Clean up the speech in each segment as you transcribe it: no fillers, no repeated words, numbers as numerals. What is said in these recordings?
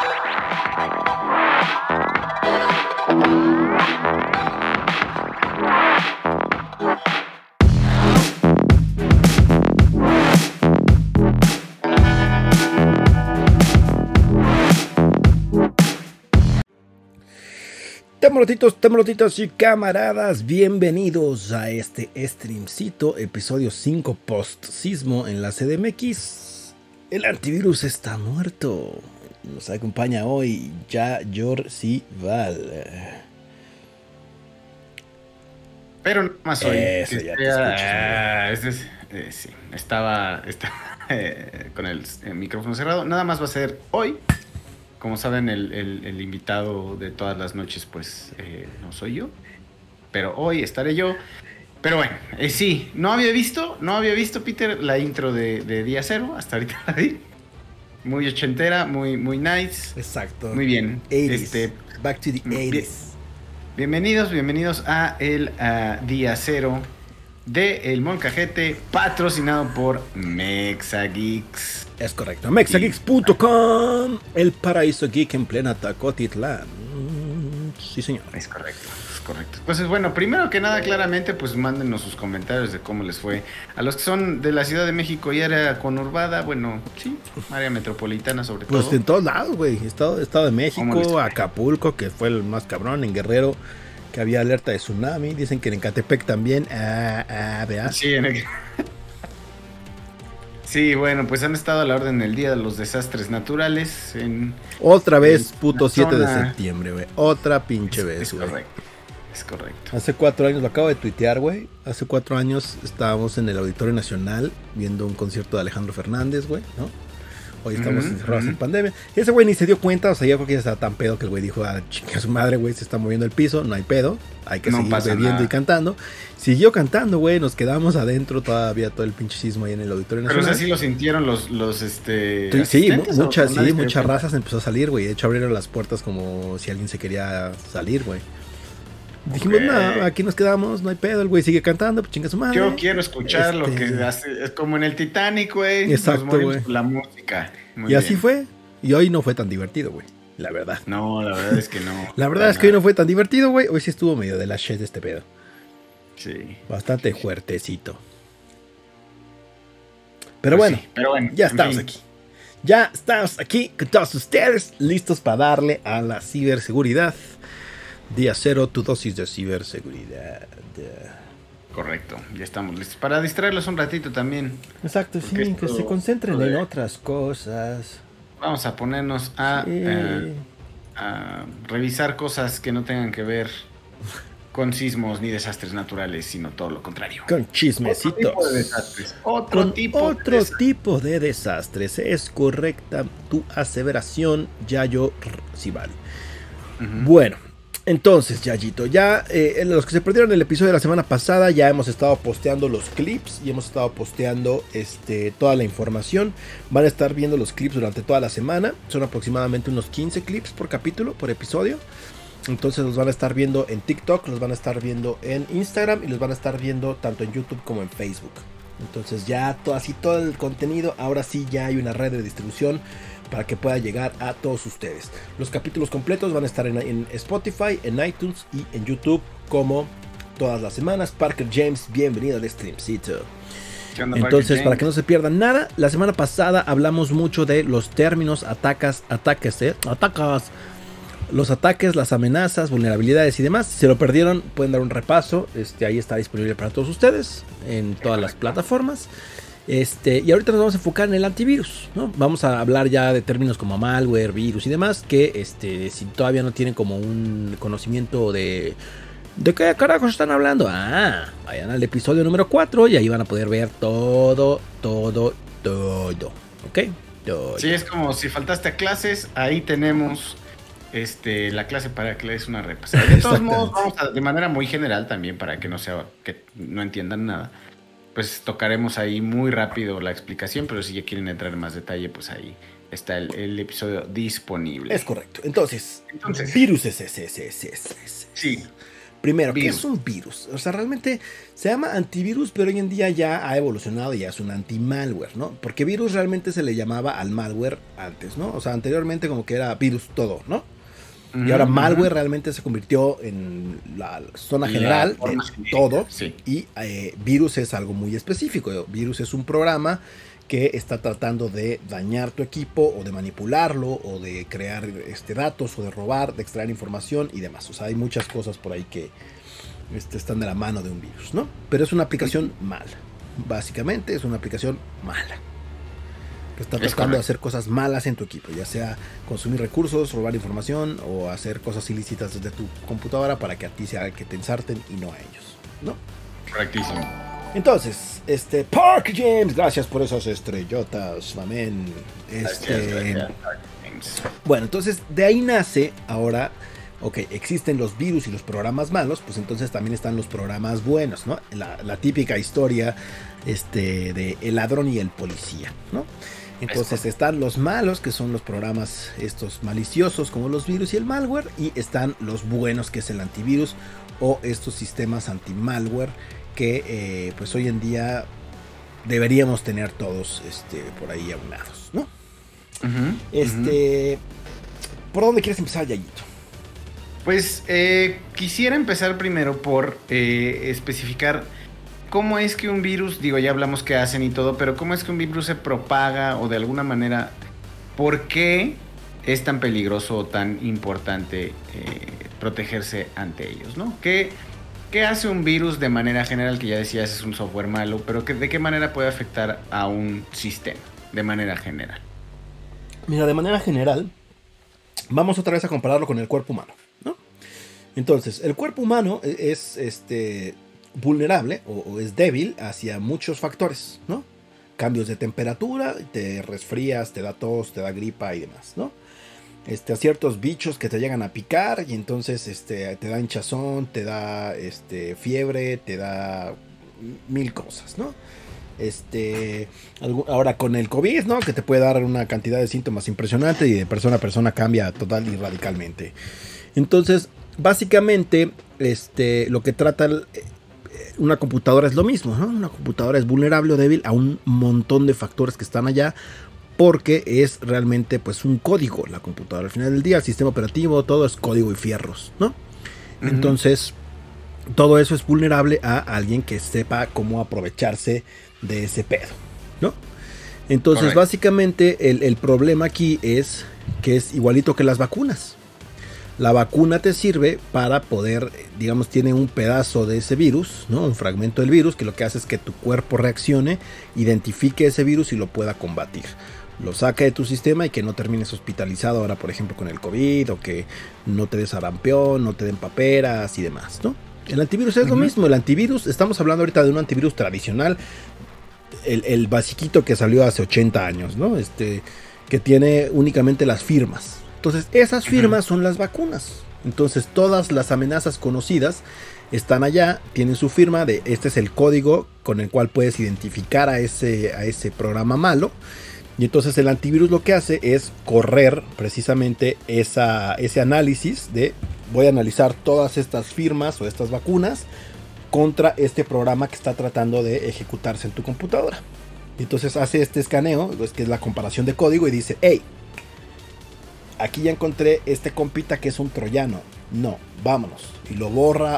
Temolotitos y camaradas, bienvenidos a este streamcito, episodio 5 post-sismo en la CDMX. El antivirus está muerto. Nos acompaña hoy Yayor Sival. Pero no más hoy. Eso, ya te escucho. Sí, estaba con el micrófono cerrado. Nada más va a ser hoy. Como saben, el invitado de todas las noches, pues, no soy yo. Pero hoy estaré yo. Pero bueno, sí, no había visto, Peter, la intro de Día Cero. Hasta ahorita la vi. Muy ochentera, muy nice. Exacto. Muy bien. 80s. Back to the 80s. Bienvenidos a el Día Cero de El Molcajete, patrocinado por Mexageeks. Es correcto, Mexageeks.com, el paraíso geek en plena Tacotitlán. Sí, señor. Es correcto. Pues bueno, primero que nada, claramente, pues mándenos sus comentarios de cómo les fue. A los que son de la Ciudad de México y área conurbada, bueno, sí, área metropolitana sobre todo. Pues en todos lados, güey. Estado de México, Acapulco, que fue el más cabrón, en Guerrero, que había alerta de tsunami. Dicen que en Ecatepec también. ¿Verdad? Sí, Sí, bueno, pues han estado a la orden del día de los desastres naturales. Otra vez, puto 7 de septiembre, güey. Otra pinche vez, güey. Es correcto. Hace 4 años, lo acabo de tuitear, güey. Hace 4 años estábamos en el Auditorio Nacional viendo un concierto de Alejandro Fernández, güey, ¿no? Hoy estamos encerrados en pandemia. Y ese güey ni se dio cuenta, o sea, yo creo que ya estaba tan pedo que el güey dijo, chinga su madre, güey, se está moviendo el piso, no hay pedo, hay que seguir bebiendo y cantando. Siguió cantando, güey, nos quedamos adentro todavía todo el pinche sismo ahí en el Auditorio Nacional. Pero o sea, sí lo sintieron los Sí, muchas razas empezó a salir, güey. De hecho, abrieron las puertas como si alguien se quería salir, güey. Dijimos, no, aquí nos quedamos, no hay pedo, el güey sigue cantando, pues chinga su madre. Yo quiero escuchar lo que hace, es como en el Titanic, güey. Exacto, güey. La música. Muy bien. Así fue, y hoy no fue tan divertido, güey, la verdad. No, la verdad es que no. La verdad es que hoy no fue tan divertido, güey, hoy sí estuvo medio de la shit este pedo. Sí. Bastante fuertecito. Pero bueno, ya estamos aquí. Ya estamos aquí con todos ustedes, listos para darle a la ciberseguridad. Día cero, tu dosis de ciberseguridad. Correcto, ya estamos listos para distraerlos un ratito también. Exacto, sí, que se concentren en otras cosas. Vamos a ponernos a revisar cosas que no tengan que ver con sismos ni desastres naturales, sino todo lo contrario. Con chismecitos. Otro tipo de desastres. Es correcta tu aseveración, Yayo Sival. Bueno. Entonces, Yayito, ya los que se perdieron el episodio de la semana pasada, ya hemos estado posteando los clips y hemos estado posteando toda la información. Van a estar viendo los clips durante toda la semana. Son aproximadamente unos 15 clips por capítulo, por episodio. Entonces los van a estar viendo en TikTok, los van a estar viendo en Instagram y los van a estar viendo tanto en YouTube como en Facebook. Entonces ya todo el contenido, ahora sí ya hay una red de distribución para que pueda llegar a todos ustedes. Los capítulos completos van a estar en Spotify, en iTunes y en YouTube como todas las semanas. Parker James, bienvenido al streamcito. Entonces, para que no se pierdan nada, la semana pasada hablamos mucho de los términos los ataques, las amenazas, vulnerabilidades y demás. Si se lo perdieron, pueden dar un repaso. Ahí está disponible para todos ustedes en todas las plataformas. Y ahorita nos vamos a enfocar en el antivirus, ¿no? Vamos a hablar ya de términos como malware, virus y demás, que si todavía no tienen como un conocimiento de qué carajos están hablando, vayan al episodio número 4 y ahí van a poder ver todo, ¿ok? Todo. Sí, es como si faltaste a clases, ahí tenemos la clase para que le des una repasada. De todos modos, vamos de manera muy general también, para que no entiendan nada. Pues tocaremos ahí muy rápido la explicación, pero si ya quieren entrar en más detalle, pues ahí está el episodio disponible. Es correcto. Entonces virus es. Sí. Primero, ¿qué es un virus? O sea, realmente se llama antivirus, pero hoy en día ya ha evolucionado y ya es un anti-malware, ¿no? Porque virus realmente se le llamaba al malware antes, ¿no? O sea, anteriormente como que era virus todo, ¿no? Y ahora malware realmente se convirtió en la zona general de todo. Sí. Y virus es algo muy específico. Virus es un programa que está tratando de dañar tu equipo o de manipularlo o de crear datos o de robar, de extraer información y demás. O sea, hay muchas cosas por ahí que están de la mano de un virus, ¿no? Pero es una aplicación mala. Básicamente es una aplicación mala. Que está tratando de hacer cosas malas en tu equipo, ya sea consumir recursos, robar información o hacer cosas ilícitas desde tu computadora para que a ti sea el que te ensarten y no a ellos, ¿no? Correctísimo. Entonces, Park James, gracias por esas estrellotas, amén. Gracias. Bueno, entonces de ahí nace ahora, ok, existen los virus y los programas malos, pues entonces también están los programas buenos, ¿no? La típica historia de el ladrón y el policía, ¿no? Entonces están los malos, que son los programas estos maliciosos como los virus y el malware, y están los buenos, que es el antivirus o estos sistemas anti-malware que pues hoy en día deberíamos tener todos por ahí aunados, ¿no? ¿Por dónde quieres empezar, Yayito? Pues quisiera empezar primero por especificar cómo es que un virus, digo, ya hablamos qué hacen y todo, pero cómo es que un virus se propaga o de alguna manera, ¿por qué es tan peligroso o tan importante protegerse ante ellos, ¿no? ¿Qué hace un virus de manera general? Que ya decías, es un software malo, pero ¿de qué manera puede afectar a un sistema de manera general? Mira, de manera general, vamos otra vez a compararlo con el cuerpo humano, ¿no? Entonces, el cuerpo humano es vulnerable o es débil hacia muchos factores, ¿no? Cambios de temperatura, te resfrías, te da tos, te da gripa y demás, ¿no? A ciertos bichos que te llegan a picar y entonces te da hinchazón, te da fiebre, te da mil cosas, ¿no? Ahora con el COVID, ¿no? Que te puede dar una cantidad de síntomas impresionantes y de persona a persona cambia total y radicalmente. Entonces, básicamente, lo que trata una computadora es lo mismo, ¿no? Una computadora es vulnerable o débil a un montón de factores que están allá, porque es realmente pues un código la computadora. Al final del día, el sistema operativo, todo es código y fierros, ¿no? Entonces, todo eso es vulnerable a alguien que sepa cómo aprovecharse de ese pedo, ¿no? Entonces, básicamente, el problema aquí es que es igualito que las vacunas. La vacuna te sirve para poder, digamos, tiene un pedazo de ese virus, ¿no? Un fragmento del virus que lo que hace es que tu cuerpo reaccione, identifique ese virus y lo pueda combatir. Lo saca de tu sistema y que no termines hospitalizado ahora, por ejemplo, con el COVID, o que no te des sarampión, no te den paperas y demás, ¿no? El antivirus es lo mismo. El antivirus, estamos hablando ahorita de un antivirus tradicional, el basiquito que salió hace 80 años, ¿no? Que tiene únicamente las firmas. Entonces, esas firmas son las vacunas. Entonces, todas las amenazas conocidas están allá, tienen su firma de este es el código con el cual puedes identificar a ese programa malo. Y entonces el antivirus lo que hace es correr precisamente ese análisis de voy a analizar todas estas firmas o estas vacunas contra este programa que está tratando de ejecutarse en tu computadora. Y entonces hace este escaneo, que es la comparación de código, y dice, hey, aquí ya encontré este compita que es un troyano. No, vámonos. Y lo borra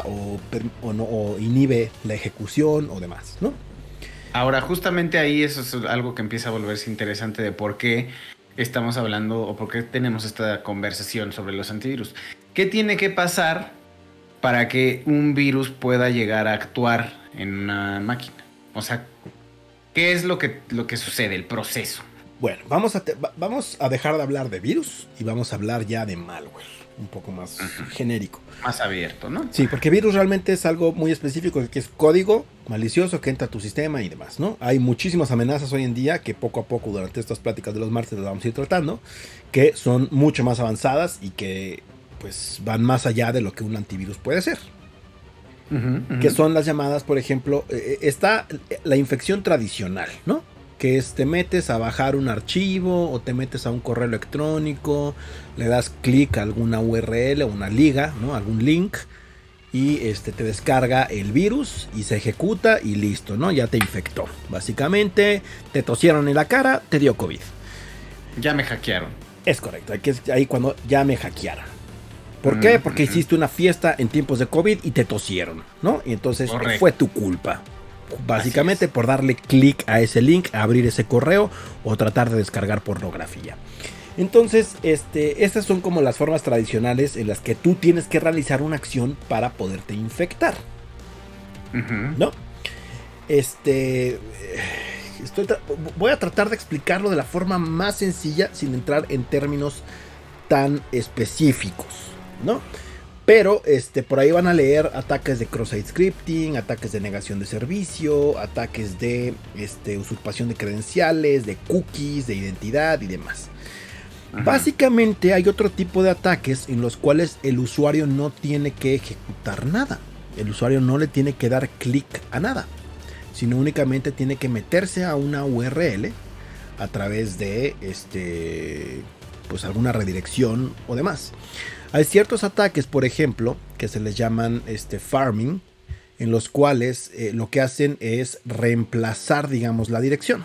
o inhibe la ejecución o demás, ¿no? Ahora, justamente ahí eso es algo que empieza a volverse interesante de por qué estamos hablando o por qué tenemos esta conversación sobre los antivirus. ¿Qué tiene que pasar para que un virus pueda llegar a actuar en una máquina? O sea, ¿qué es lo que sucede, el proceso? Bueno, vamos a dejar de hablar de virus y vamos a hablar ya de malware, un poco más genérico. Más abierto, ¿no? Sí, porque virus realmente es algo muy específico, que es código malicioso que entra a tu sistema y demás, ¿no? Hay muchísimas amenazas hoy en día que poco a poco durante estas pláticas de los martes las vamos a ir tratando, que son mucho más avanzadas y que pues van más allá de lo que un antivirus puede ser. Que son las llamadas, por ejemplo, está la infección tradicional, ¿no? Que es te metes a bajar un archivo o te metes a un correo electrónico, le das clic a alguna URL o una liga, ¿no? Algún link y te descarga el virus y se ejecuta y listo, ¿no? Ya te infectó. Básicamente, te tosieron en la cara, te dio COVID. Ya me hackearon. Es correcto, ahí cuando ya me hackearon. ¿Por qué? Porque hiciste una fiesta en tiempos de COVID y te tosieron, ¿no? Y entonces fue tu culpa. Básicamente por darle clic a ese link, a abrir ese correo o tratar de descargar pornografía. Entonces, estas son como las formas tradicionales en las que tú tienes que realizar una acción para poderte infectar. ¿No? Voy a tratar de explicarlo de la forma más sencilla sin entrar en términos tan específicos, ¿no? Pero por ahí van a leer ataques de cross-site scripting, ataques de negación de servicio, ataques de usurpación de credenciales, de cookies, de identidad y demás. Básicamente hay otro tipo de ataques en los cuales el usuario no tiene que ejecutar nada. El usuario no le tiene que dar clic a nada, sino únicamente tiene que meterse a una URL a través de pues alguna redirección o demás. Hay ciertos ataques, por ejemplo, que se les llaman farming, en los cuales lo que hacen es reemplazar, digamos, la dirección.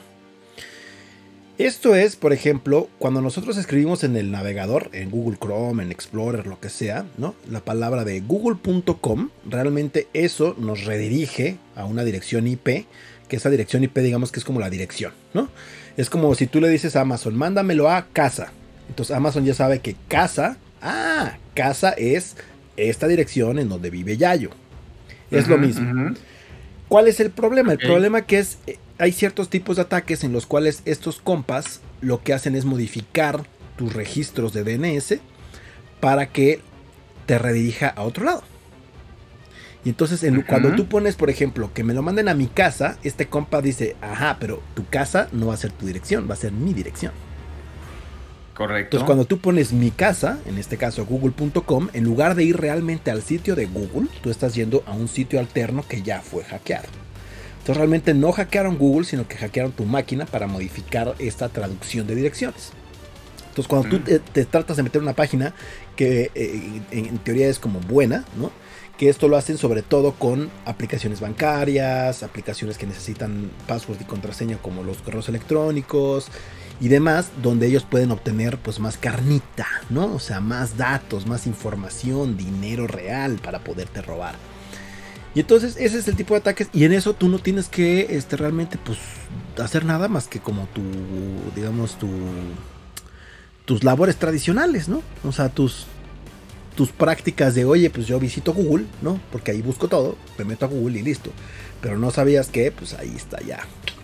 Esto es, por ejemplo, cuando nosotros escribimos en el navegador, en Google Chrome, en Explorer, lo que sea, ¿no? La palabra de google.com, realmente eso nos redirige a una dirección IP, que esa dirección IP, digamos que es como la dirección, ¿no? Es como si tú le dices a Amazon, mándamelo a casa. Entonces Amazon ya sabe que casa es esta dirección en donde vive Yayo. Es lo mismo. ¿Cuál es el problema? Okay. El problema que es, hay ciertos tipos de ataques en los cuales estos compas lo que hacen es modificar tus registros de DNS para que te redirija a otro lado. Y entonces cuando tú pones, por ejemplo, que me lo manden a mi casa, este compa dice, ajá, pero tu casa no va a ser tu dirección, va a ser mi dirección. Correcto. Entonces cuando tú pones mi casa, en este caso google.com, en lugar de ir realmente al sitio de Google, tú estás yendo a un sitio alterno que ya fue hackeado. Entonces realmente no hackearon Google, sino que hackearon tu máquina para modificar esta traducción de direcciones. Entonces cuando tú te tratas de meter una página que en teoría es como buena, ¿no? Que esto lo hacen sobre todo con aplicaciones bancarias, aplicaciones que necesitan password y contraseña como los correos electrónicos y demás, donde ellos pueden obtener pues más carnita, ¿no? O sea, más datos, más información, dinero real para poderte robar. Y entonces ese es el tipo de ataques y en eso tú no tienes que realmente pues hacer nada más que como tus labores tradicionales, ¿no? O sea, tus prácticas de, oye, pues yo visito Google, ¿no? Porque ahí busco todo, me meto a Google y listo. Pero no sabías que, pues ahí está ya.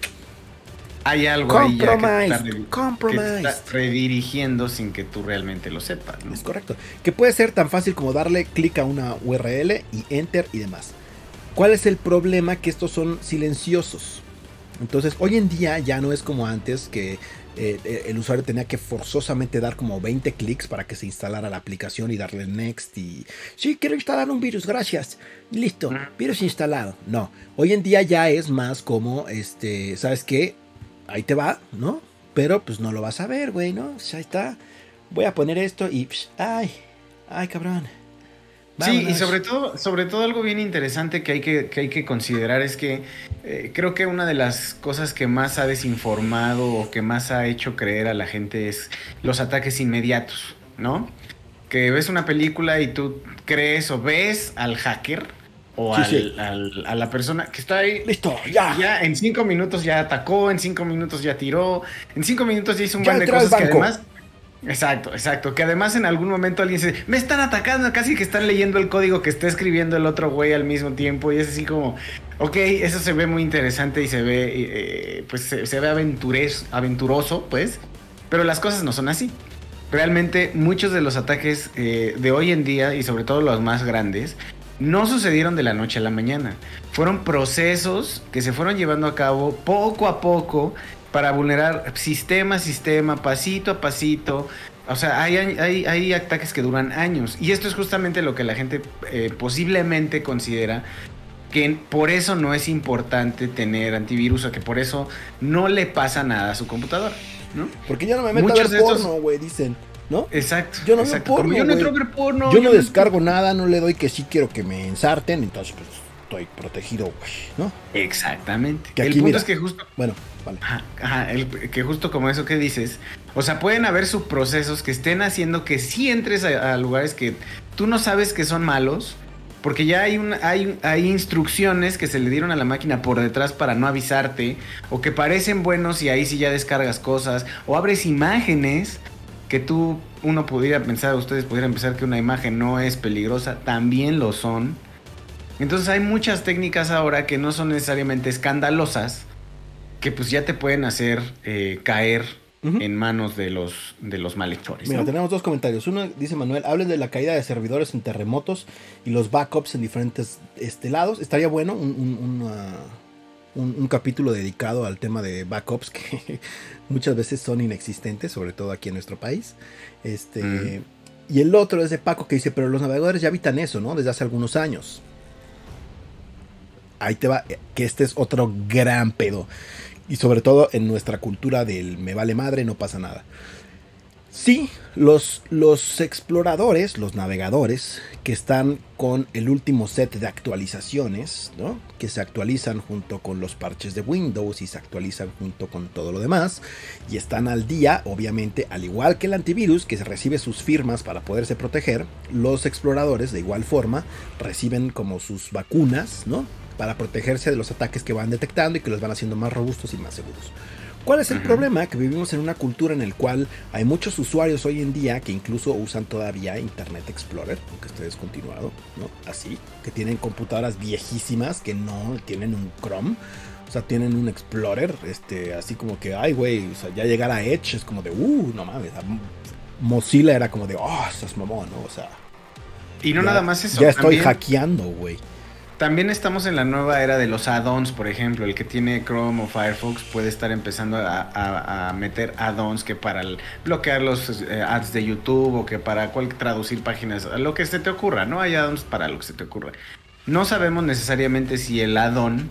Hay algo ahí ya que te está redirigiendo sin que tú realmente lo sepas, ¿no? Es correcto. Que puede ser tan fácil como darle clic a una URL y enter y demás. ¿Cuál es el problema? Que estos son silenciosos. Entonces, hoy en día ya no es como antes que el usuario tenía que forzosamente dar como 20 clics para que se instalara la aplicación y darle next y sí, quiero instalar un virus, gracias, listo, virus instalado. No, hoy en día ya es más como ¿sabes qué? Ahí te va, ¿no? Pero pues no lo vas a ver, güey, ¿no? Pues ahí está, voy a poner esto y ay, cabrón. Vámonos. Sí, y sobre todo algo bien interesante que hay que considerar es que creo que una de las cosas que más ha desinformado o que más ha hecho creer a la gente es los ataques inmediatos, ¿no? Que ves una película y tú crees o ves al hacker o a la persona que está ahí. Listo, ya. En 5 minutos ya atacó, en 5 minutos ya tiró, en 5 minutos ya hizo un buen de cosas que además... Exacto, que además en algún momento alguien dice, me están atacando, casi que están leyendo el código que está escribiendo el otro güey al mismo tiempo y es así como, ok, eso se ve muy interesante y se ve, pues se ve aventuroso, pues, pero las cosas no son así. Realmente muchos de los ataques de hoy en día y sobre todo los más grandes no sucedieron de la noche a la mañana, fueron procesos que se fueron llevando a cabo poco a poco para vulnerar sistema a sistema, pasito a pasito. O sea, hay ataques que duran años. Y esto es justamente lo que la gente posiblemente considera que por eso no es importante tener antivirus o que por eso no le pasa nada a su computadora, ¿no? Porque ya no me meto a ver porno, güey, dicen. ¿no? Exacto. Yo no veo porno, yo no entro a ver porno. Yo no descargo nada, no le doy que sí quiero que me ensarten, entonces pues estoy protegido, güey, ¿no? Exactamente. Que aquí, el punto mira, es que justo... Bueno, vale. Que justo como eso que dices, o sea, pueden haber subprocesos que estén haciendo que sí entres a lugares que tú no sabes que son malos, porque ya hay instrucciones que se le dieron a la máquina por detrás para no avisarte, o que parecen buenos y ahí sí ya descargas cosas, o abres imágenes que ustedes pudieran pensar que una imagen no es peligrosa, también lo son. Entonces hay muchas técnicas ahora que no son necesariamente escandalosas, que pues ya te pueden hacer caer en manos de los malhechores. Mira, ¿no? tenemos dos comentarios. Uno dice Manuel, hablen de la caída de servidores en terremotos y los backups en diferentes lados. Estaría bueno un capítulo dedicado al tema de backups que muchas veces son inexistentes, sobre todo aquí en nuestro país. Y el otro es de Paco que dice, pero los navegadores ya evitan eso, ¿no? Desde hace algunos años. Ahí te va, que este es otro gran pedo. Y sobre todo en nuestra cultura del me vale madre, no pasa nada. Sí, los exploradores, los navegadores, que están con el último set de actualizaciones, ¿no? Que se actualizan junto con los parches de Windows y se actualizan junto con todo lo demás. Y están al día, obviamente, al igual que el antivirus, que recibe sus firmas para poderse proteger. Los exploradores, de igual forma, reciben como sus vacunas, ¿no? Para protegerse de los ataques que van detectando y que los van haciendo más robustos y más seguros. ¿Cuál es el problema? Que vivimos en una cultura en la cual hay muchos usuarios hoy en día que incluso usan todavía Internet Explorer, aunque esté descontinuado, ¿no? Así, que tienen computadoras viejísimas que no tienen un Chrome, o sea, tienen un Explorer, así como que, ay, güey, o sea, ya llegar a Edge es como de, no mames, Mozilla era como de, estás mamón, ¿no? O sea, y no nada más eso. Ya estoy hackeando, güey. También estamos en la nueva era de los add-ons, por ejemplo. El que tiene Chrome o Firefox puede estar empezando a meter add-ons que para bloquear los ads de YouTube o que para traducir páginas, lo que se te ocurra, ¿no? Hay add-ons para lo que se te ocurra. No sabemos necesariamente si el add-on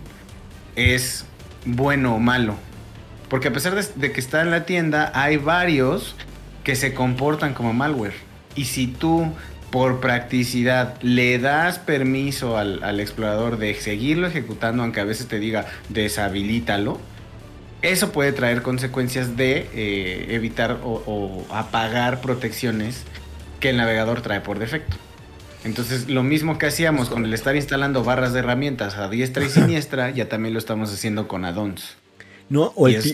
es bueno o malo. Porque a pesar de que está en la tienda, hay varios que se comportan como malware. Y si tú, por practicidad, le das permiso al explorador de seguirlo ejecutando, aunque a veces te diga deshabilítalo, eso puede traer consecuencias de evitar o apagar protecciones que el navegador trae por defecto. Entonces, lo mismo que hacíamos con el estar instalando barras de herramientas a diestra y siniestra, ya también lo estamos haciendo con add-ons. ¿No?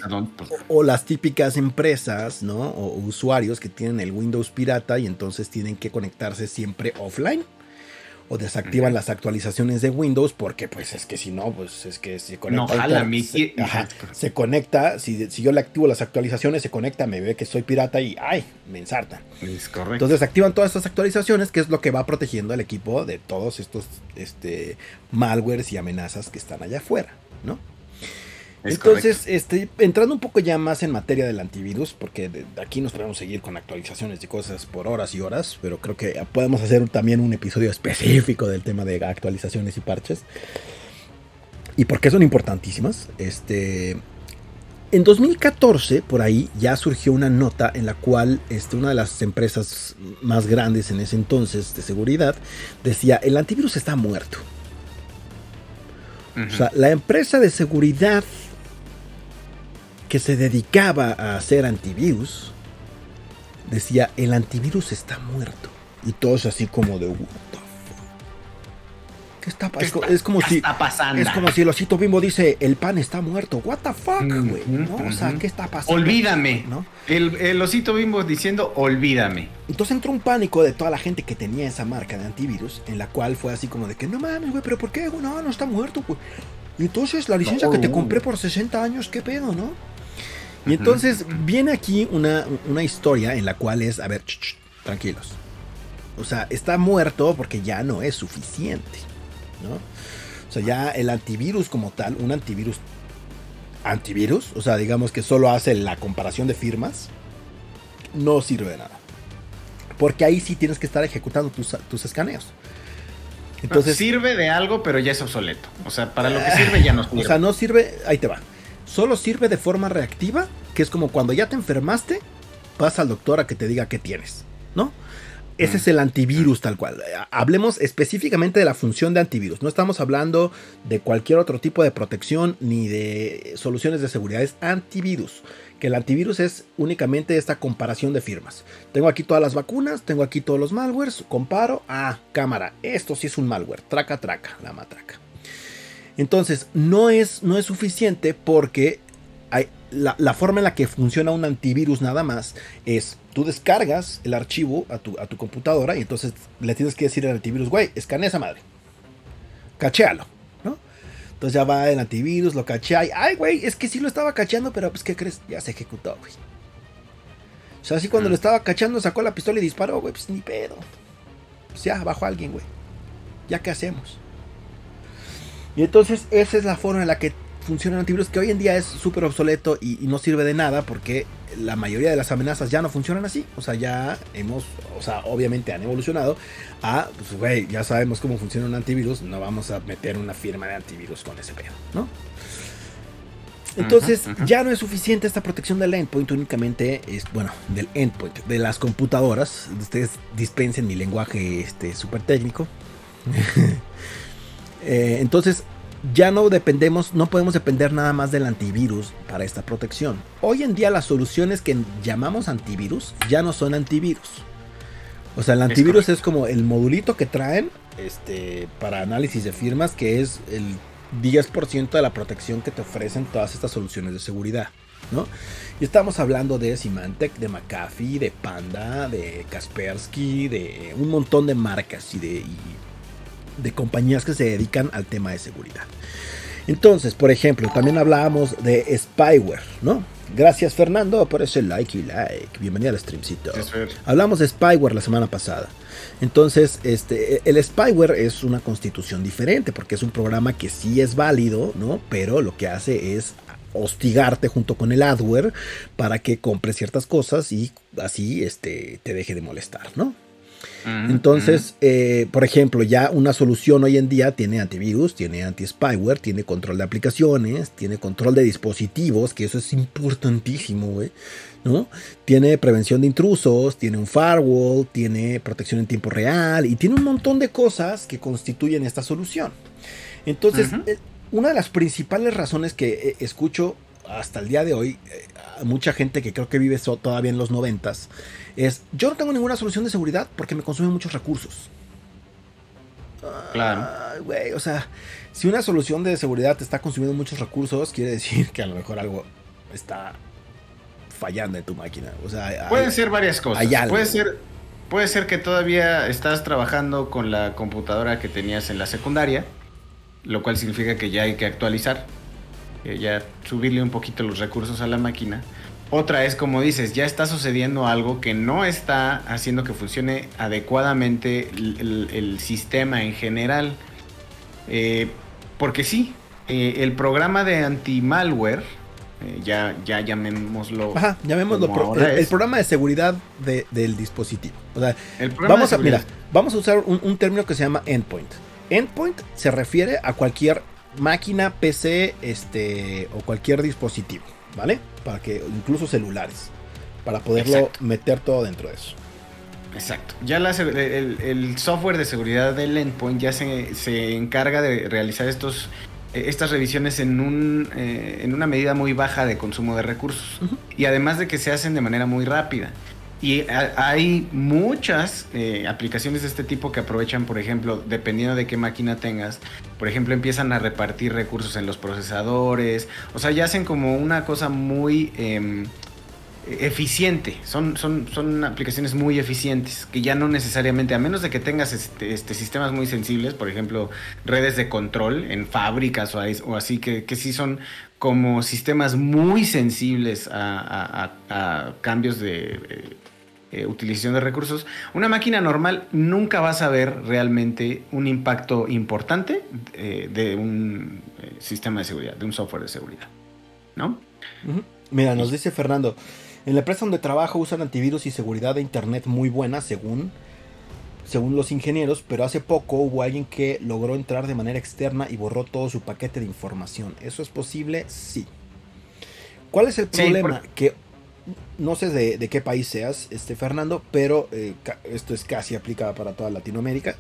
O las típicas empresas, ¿no? O usuarios que tienen el Windows pirata y entonces tienen que conectarse siempre offline. O desactivan las actualizaciones de Windows porque pues es que si no, pues es que se conecta. Se conecta, si yo le activo las actualizaciones, se conecta, me ve que soy pirata y ¡ay! Me ensarta. Es correcto. Entonces activan todas estas actualizaciones, que es lo que va protegiendo al equipo de todos estos malwares y amenazas que están allá afuera, ¿no? Entonces, entrando un poco ya más en materia del antivirus, porque de aquí nos podemos seguir con actualizaciones y cosas por horas y horas, pero creo que podemos hacer también un episodio específico del tema de actualizaciones y parches. Y por qué son importantísimas. En 2014, por ahí, ya surgió una nota en la cual una de las empresas más grandes en ese entonces de seguridad decía, el antivirus está muerto. O sea, la empresa de seguridad que se dedicaba a hacer antivirus decía, el antivirus está muerto. Y todos así como de, what the fuck? ¿Qué está pasando? Es como si el osito Bimbo dice, el pan está muerto. What the fuck, güey, ¿no? O sea, ¿qué está pasando? Olvídame, ¿no? El osito Bimbo diciendo, olvídame. Entonces entró un pánico de toda la gente que tenía esa marca de antivirus, en la cual fue así como de que, no mames, güey, pero ¿por qué? No está muerto, güey. Y entonces la licencia que te compré por 60 años, ¿qué pedo, no? Y entonces viene aquí una historia en la cual es, a ver, tranquilos. O sea, está muerto porque ya no es suficiente, ¿no? O sea, ya el antivirus como tal, un antivirus, o sea, digamos que solo hace la comparación de firmas, no sirve de nada. Porque ahí sí tienes que estar ejecutando tus escaneos. Entonces, sirve de algo, pero ya es obsoleto. O sea, para lo que sirve ya no sirve. O sea, no sirve, ahí te va. Solo sirve de forma reactiva, que es como cuando ya te enfermaste vas al doctor a que te diga qué tienes, ¿no? Ese es el antivirus tal cual. Hablemos específicamente de la función de antivirus. No estamos hablando de cualquier otro tipo de protección ni de soluciones de seguridad. Es antivirus. Que el antivirus es únicamente esta comparación de firmas. Tengo aquí todas las vacunas, tengo aquí todos los malwares, comparo. Cámara, esto sí es un malware. Traca, la matraca. Entonces, no es suficiente porque la forma en la que funciona un antivirus nada más es, tú descargas el archivo a tu computadora y entonces le tienes que decir al antivirus, güey, escanea esa madre, cachéalo, ¿no? Entonces ya va el antivirus, lo cachea y, ay, güey, es que sí lo estaba cacheando, pero pues, ¿qué crees? Ya se ejecutó, güey. O sea, así cuando lo estaba cachando, sacó la pistola y disparó, güey, pues ni pedo. Pues ya, bajó alguien, güey. ¿Ya qué hacemos? Y entonces esa es la forma en la que funciona el antivirus, que hoy en día es súper obsoleto y no sirve de nada porque la mayoría de las amenazas ya no funcionan así. O sea, obviamente han evolucionado a, pues güey, ya sabemos cómo funciona un antivirus, no vamos a meter una firma de antivirus con ese pedo, ¿no? Entonces ya no es suficiente esta protección del endpoint, únicamente es, del endpoint, de las computadoras. Ustedes dispensen mi lenguaje súper técnico. Entonces ya no podemos depender nada más del antivirus para esta protección. Hoy en día las soluciones que llamamos antivirus ya no son antivirus. O sea, el antivirus es como el modulito que traen para análisis de firmas, que es el 10% de la protección que te ofrecen todas estas soluciones de seguridad, ¿no? Y estamos hablando de Symantec, de McAfee, de Panda, de Kaspersky, de un montón de marcas y de compañías que se dedican al tema de seguridad. Entonces, por ejemplo, también hablábamos de spyware, ¿no? Gracias, Fernando, por ese like. Bienvenido al streamcito. Hablamos de spyware la semana pasada. Entonces, el spyware es una constitución diferente porque es un programa que sí es válido, ¿no? Pero lo que hace es hostigarte junto con el adware para que compres ciertas cosas y así te deje de molestar, ¿no? Entonces, por ejemplo, ya una solución hoy en día tiene antivirus, tiene anti-spyware, tiene control de aplicaciones, tiene control de dispositivos, que eso es importantísimo, güey, ¿no? Tiene prevención de intrusos, tiene un firewall, tiene protección en tiempo real y tiene un montón de cosas que constituyen esta solución. Entonces, una de las principales razones que escucho hasta el día de hoy, mucha gente que creo que vive todavía en los 90s, es: yo no tengo ninguna solución de seguridad porque me consume muchos recursos. Claro. Güey, o sea, si una solución de seguridad te está consumiendo muchos recursos, quiere decir que a lo mejor algo está fallando en tu máquina. O sea, pueden ser varias cosas. Puede ser que todavía estás trabajando con la computadora que tenías en la secundaria, lo cual significa que ya hay que actualizar, ya subirle un poquito los recursos a la máquina. Otra es, como dices, ya está sucediendo algo que no está haciendo que funcione adecuadamente el sistema en general. Porque sí, el programa de anti-malware, ya llamémoslo. Ajá, llamémoslo el programa de seguridad del dispositivo. O sea, vamos a usar un término que se llama endpoint. Endpoint se refiere a cualquier máquina, PC, o cualquier dispositivo, ¿vale? Para que, incluso celulares, para poderlo meter todo dentro de eso. Exacto. Ya el software de seguridad del endpoint ya se encarga de realizar estas revisiones en una medida muy baja de consumo de recursos. Y además de que se hacen de manera muy rápida. Y hay muchas aplicaciones de este tipo que aprovechan, por ejemplo, dependiendo de qué máquina tengas, por ejemplo, empiezan a repartir recursos en los procesadores. O sea, ya hacen como una cosa muy eficiente. Son aplicaciones muy eficientes que ya no necesariamente, a menos de que tengas sistemas muy sensibles, por ejemplo, redes de control en fábricas o así, que sí son como sistemas muy sensibles a cambios de utilización de recursos. Una máquina normal nunca vas a ver realmente un impacto importante de un sistema de seguridad, de un software de seguridad, ¿no? Mira, nos dice Fernando: en la empresa donde trabajo usan antivirus y seguridad de internet muy buena según los ingenieros, pero hace poco hubo alguien que logró entrar de manera externa y borró todo su paquete de información. ¿Eso es posible? Sí. ¿Cuál es el problema? Que no sé de qué país seas, Fernando, pero esto es casi aplicado para toda Latinoamérica.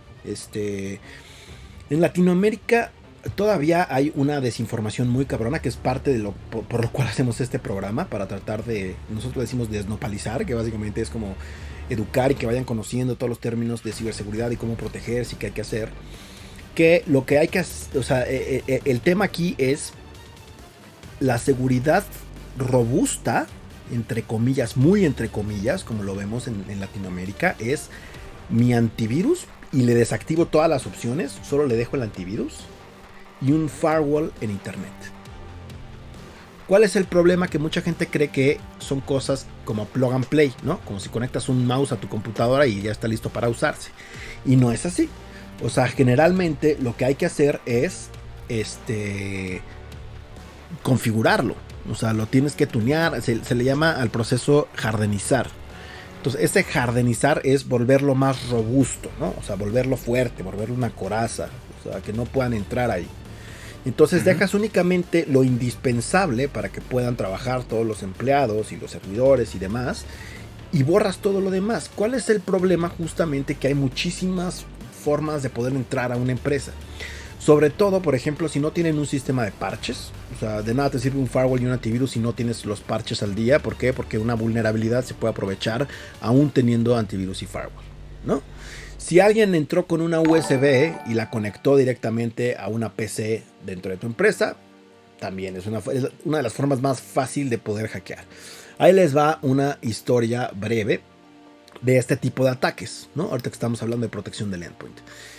En Latinoamérica todavía hay una desinformación muy cabrona, que es parte de por lo cual hacemos este programa, para tratar de, nosotros decimos desnopalizar, que básicamente es como educar y que vayan conociendo todos los términos de ciberseguridad y cómo protegerse y qué hay que hacer. Que lo que hay que hacer, o sea, el tema aquí es la seguridad robusta, entre comillas, muy entre comillas, como lo vemos en Latinoamérica, es mi antivirus y le desactivo todas las opciones, solo le dejo el antivirus y un firewall en internet. ¿Cuál es el problema? Que mucha gente cree que son cosas como plug and play, ¿no? Como si conectas un mouse a tu computadora y ya está listo para usarse. Y no es así. O sea, generalmente lo que hay que hacer es configurarlo. O sea, lo tienes que tunear. Se le llama al proceso hardenizar. Entonces, ese hardenizar es volverlo más robusto, ¿no? O sea, volverlo fuerte, volverlo una coraza. O sea, que no puedan entrar ahí. Entonces dejas únicamente lo indispensable para que puedan trabajar todos los empleados y los servidores y demás, y borras todo lo demás. ¿Cuál es el problema? Justamente que hay muchísimas formas de poder entrar a una empresa. Sobre todo, por ejemplo, si no tienen un sistema de parches. O sea, de nada te sirve un firewall y un antivirus si no tienes los parches al día. ¿Por qué? Porque una vulnerabilidad se puede aprovechar aún teniendo antivirus y firewall, ¿no? Si alguien entró con una USB y la conectó directamente a una PC dentro de tu empresa, también es una de las formas más fáciles de poder hackear. Ahí les va una historia breve de este tipo de ataques, ¿no? Ahorita que estamos hablando de protección del endpoint.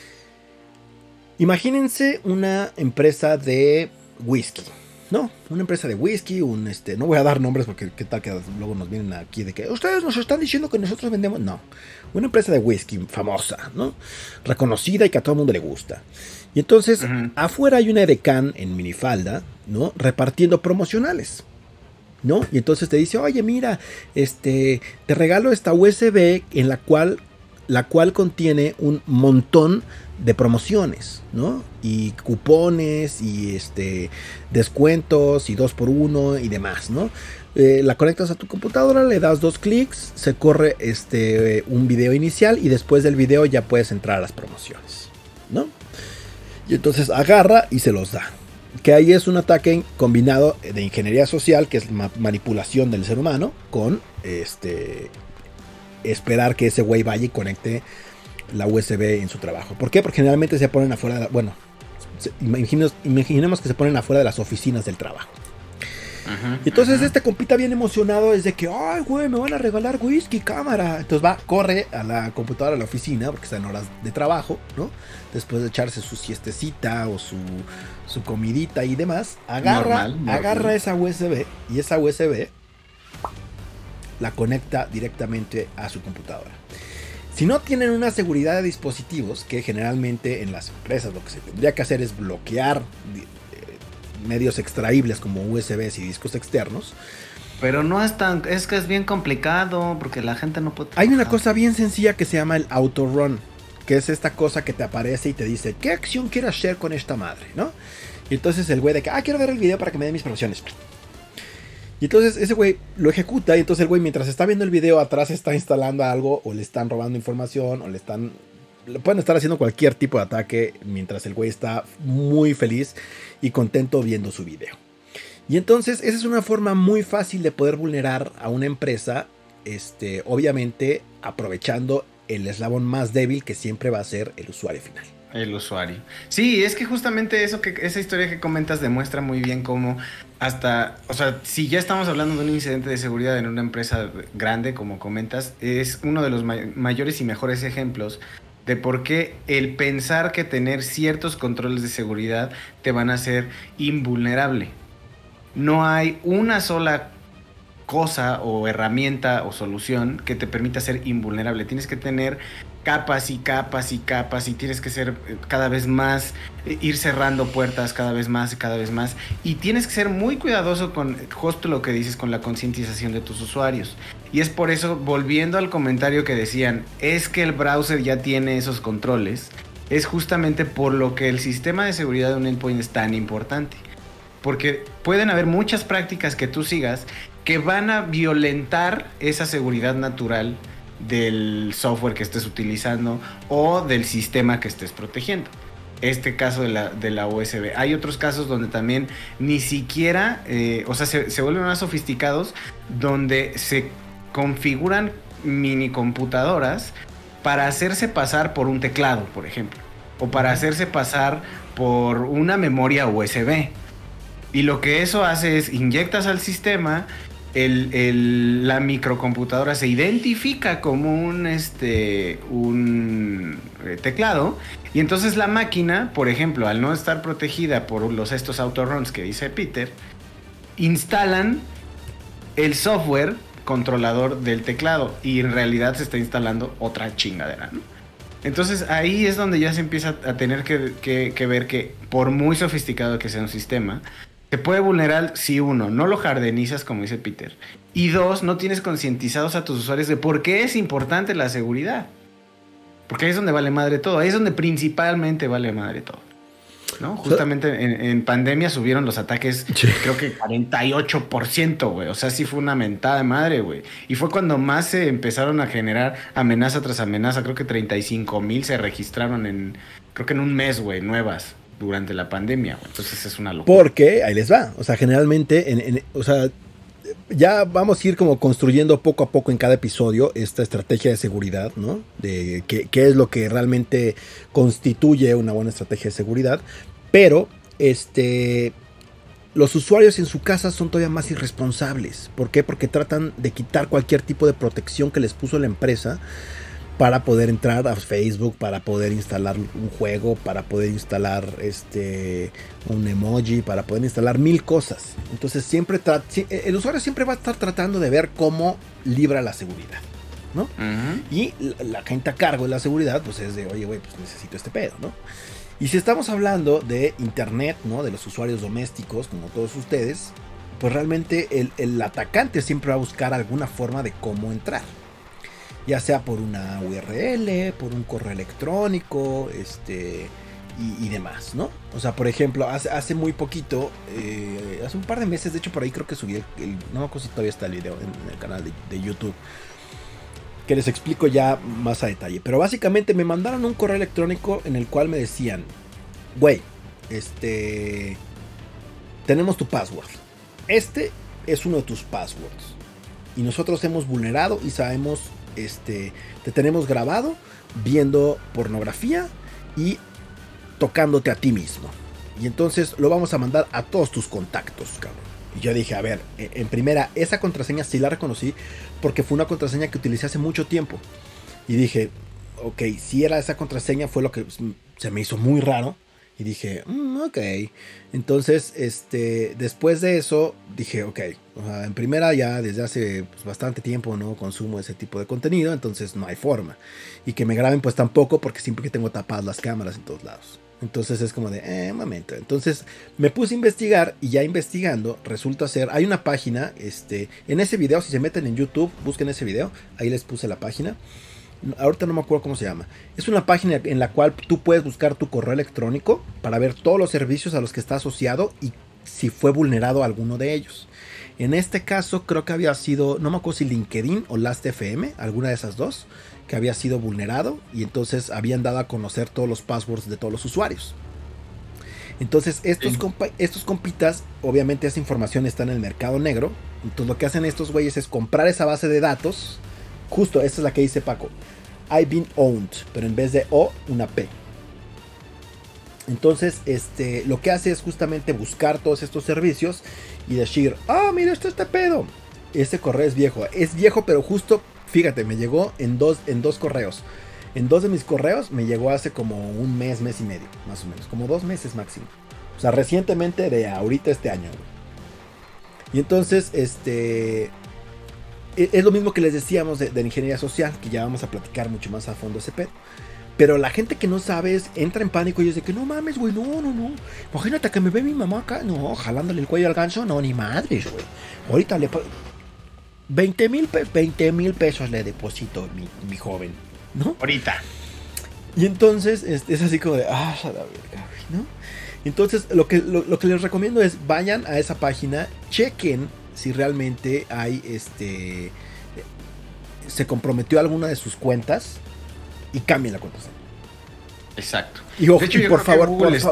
Imagínense una empresa de whisky, ¿no? Una empresa de whisky, no voy a dar nombres porque qué tal que luego nos vienen aquí de que ustedes nos están diciendo que nosotros vendemos. No, una empresa de whisky famosa, ¿no? Reconocida y que a todo el mundo le gusta. Y entonces afuera hay una edecán en minifalda, ¿no? Repartiendo promocionales, ¿no? Y entonces te dice, oye, mira, te regalo esta USB en la cual contiene un montón de promociones, ¿no? Y cupones y descuentos y 2x1 y demás, ¿no? La conectas a tu computadora, le das 2 clics, se corre un video inicial y después del video ya puedes entrar a las promociones, ¿no? Y entonces agarra y se los da. Que ahí es un ataque combinado de ingeniería social, que es manipulación del ser humano, con esperar que ese güey vaya y conecte la USB en su trabajo. ¿Por qué? Porque generalmente se ponen afuera de imaginemos que se ponen afuera de las oficinas del trabajo. Y entonces este compita bien emocionado es de que, ay güey, me van a regalar whisky, cámara. Entonces corre a la computadora, a la oficina, porque está en horas de trabajo, ¿no? Después de echarse su siestecita o su comidita y demás, agarra esa USB y esa USB la conecta directamente a su computadora. Si no tienen una seguridad de dispositivos, que generalmente en las empresas lo que se tendría que hacer es bloquear medios extraíbles como USBs y discos externos. Pero no es es que es bien complicado porque la gente no puede trabajar. Hay una cosa bien sencilla que se llama el autorun, que es esta cosa que te aparece y te dice, ¿qué acción quiero hacer con esta madre? ¿No? Y entonces el güey de que, quiero ver el video para que me den mis promociones. Y entonces ese güey lo ejecuta y entonces el güey mientras está viendo el video atrás está instalando algo o le están robando información o le pueden estar haciendo cualquier tipo de ataque mientras el güey está muy feliz y contento viendo su video. Y entonces esa es una forma muy fácil de poder vulnerar a una empresa, obviamente aprovechando el eslabón más débil que siempre va a ser el usuario final. El usuario. Sí, es que justamente esa historia que comentas demuestra muy bien cómo o sea, si ya estamos hablando de un incidente de seguridad en una empresa grande, como comentas, es uno de los mayores y mejores ejemplos de por qué el pensar que tener ciertos controles de seguridad te van a hacer invulnerable. No hay una sola cosa o herramienta o solución que te permita ser invulnerable. Tienes que tener capas y capas y capas y tienes que ser cada vez más, ir cerrando puertas cada vez más y cada vez más, y tienes que ser muy cuidadoso con justo lo que dices, con la concientización de tus usuarios. Y es por eso, volviendo al comentario que decían, es que el browser ya tiene esos controles, es justamente por lo que el sistema de seguridad de un endpoint es tan importante. Porque pueden haber muchas prácticas que tú sigas que van a violentar esa seguridad natural del software que estés utilizando o del sistema que estés protegiendo. Este caso de la USB. Hay otros casos donde también ni siquiera, o sea, se vuelven más sofisticados, donde se configuran mini computadoras para hacerse pasar por un teclado, por ejemplo, o para hacerse pasar por una memoria USB. Y lo que eso hace es inyectas al sistema, la microcomputadora se identifica como un teclado, y entonces la máquina, por ejemplo, al no estar protegida por estos autoruns que dice Peter, instalan el software controlador del teclado y en realidad se está instalando otra chingadera, ¿no? Entonces ahí es donde ya se empieza a tener que ver que por muy sofisticado que sea un sistema, se puede vulnerar si uno, no lo jardenizas como dice Peter, y dos, no tienes concientizados a tus usuarios de por qué es importante la seguridad. Porque ahí es donde vale madre todo, ahí es donde principalmente vale madre todo, ¿no? Justamente en pandemia subieron los ataques, sí, creo que 48%, güey. O sea, sí fue una mentada de madre, güey. Y fue cuando más se empezaron a generar amenaza tras amenaza. Creo que 35,000 se registraron creo que en un mes, güey, nuevas durante la pandemia, güey. Entonces es una locura. Porque ahí les va. O sea, generalmente, o sea, ya vamos a ir como construyendo poco a poco en cada episodio esta estrategia de seguridad, ¿no? De qué es lo que realmente constituye una buena estrategia de seguridad. Pero, los usuarios en su casa son todavía más irresponsables. ¿Por qué? Porque tratan de quitar cualquier tipo de protección que les puso la empresa para poder entrar a Facebook, para poder instalar un juego, para poder instalar un emoji, para poder instalar 1000 cosas. Entonces el usuario siempre va a estar tratando de ver cómo libra la seguridad, ¿no? Uh-huh. Y la gente a cargo de la seguridad, pues es de, oye, güey, pues necesito este pedo, ¿no? Y si estamos hablando de internet, ¿no? De los usuarios domésticos, como todos ustedes, pues realmente el atacante siempre va a buscar alguna forma de cómo entrar. Ya sea por una URL, por un correo electrónico, y demás, ¿no? O sea, por ejemplo, hace muy poquito, hace un par de meses, de hecho por ahí creo que subí no me acuerdo si todavía está el video en el canal de YouTube, que les explico ya más a detalle. Pero básicamente me mandaron un correo electrónico en el cual me decían, güey, tenemos tu password. Este es uno de tus passwords. Y nosotros hemos vulnerado y sabemos, te tenemos grabado viendo pornografía y tocándote a ti mismo. Y entonces lo vamos a mandar a todos tus contactos, cabrón. Y yo dije, a ver, en primera, esa contraseña sí la reconocí porque fue una contraseña que utilicé hace mucho tiempo. Y dije, ok, si era esa contraseña, fue lo que se me hizo muy raro. Y dije, ok. Entonces, después de eso, dije, ok. O sea, en primera, ya desde hace bastante tiempo no consumo ese tipo de contenido, entonces no hay forma. Y que me graben, pues tampoco, porque siempre que tengo tapadas las cámaras en todos lados. Entonces es como de, un momento. Entonces me puse a investigar y ya investigando resulta ser, hay una página, en ese video, si se meten en YouTube, busquen ese video, ahí les puse la página. Ahorita no me acuerdo cómo se llama. Es una página en la cual tú puedes buscar tu correo electrónico para ver todos los servicios a los que está asociado y si fue vulnerado alguno de ellos. En este caso creo que había sido, no me acuerdo si LinkedIn o Last.fm, alguna de esas dos, que había sido vulnerado y entonces habían dado a conocer todos los passwords de todos los usuarios. Entonces estos compitas, obviamente esa información está en el mercado negro. Entonces lo que hacen estos güeyes es comprar esa base de datos. Justo, esta es la que dice Paco, I've been owned, pero en vez de O, una P. Entonces, lo que hace es justamente buscar todos estos servicios y decir, mira, este pedo. Este correo es viejo, pero justo, fíjate, me llegó en dos correos. En dos de mis correos me llegó hace como un mes y medio, más o menos, como 2 meses máximo. O sea, recientemente de ahorita este año. Y entonces, es lo mismo que les decíamos de ingeniería social, que ya vamos a platicar mucho más a fondo ese pedo. Pero la gente que no sabe entra en pánico y dice que no mames, güey, no. Imagínate que me ve mi mamá acá, no, jalándole el cuello al ganso, no, ni madres, güey. Ahorita le 20,000 pesos le deposito, mi joven, ¿no? Ahorita. Y entonces es así como de, la verga, ¿no? Entonces lo que les recomiendo es vayan a esa página, chequen si realmente hay se comprometió a alguna de sus cuentas y cambien la contraseña. Exacto. Y, ojo, de hecho, por favor,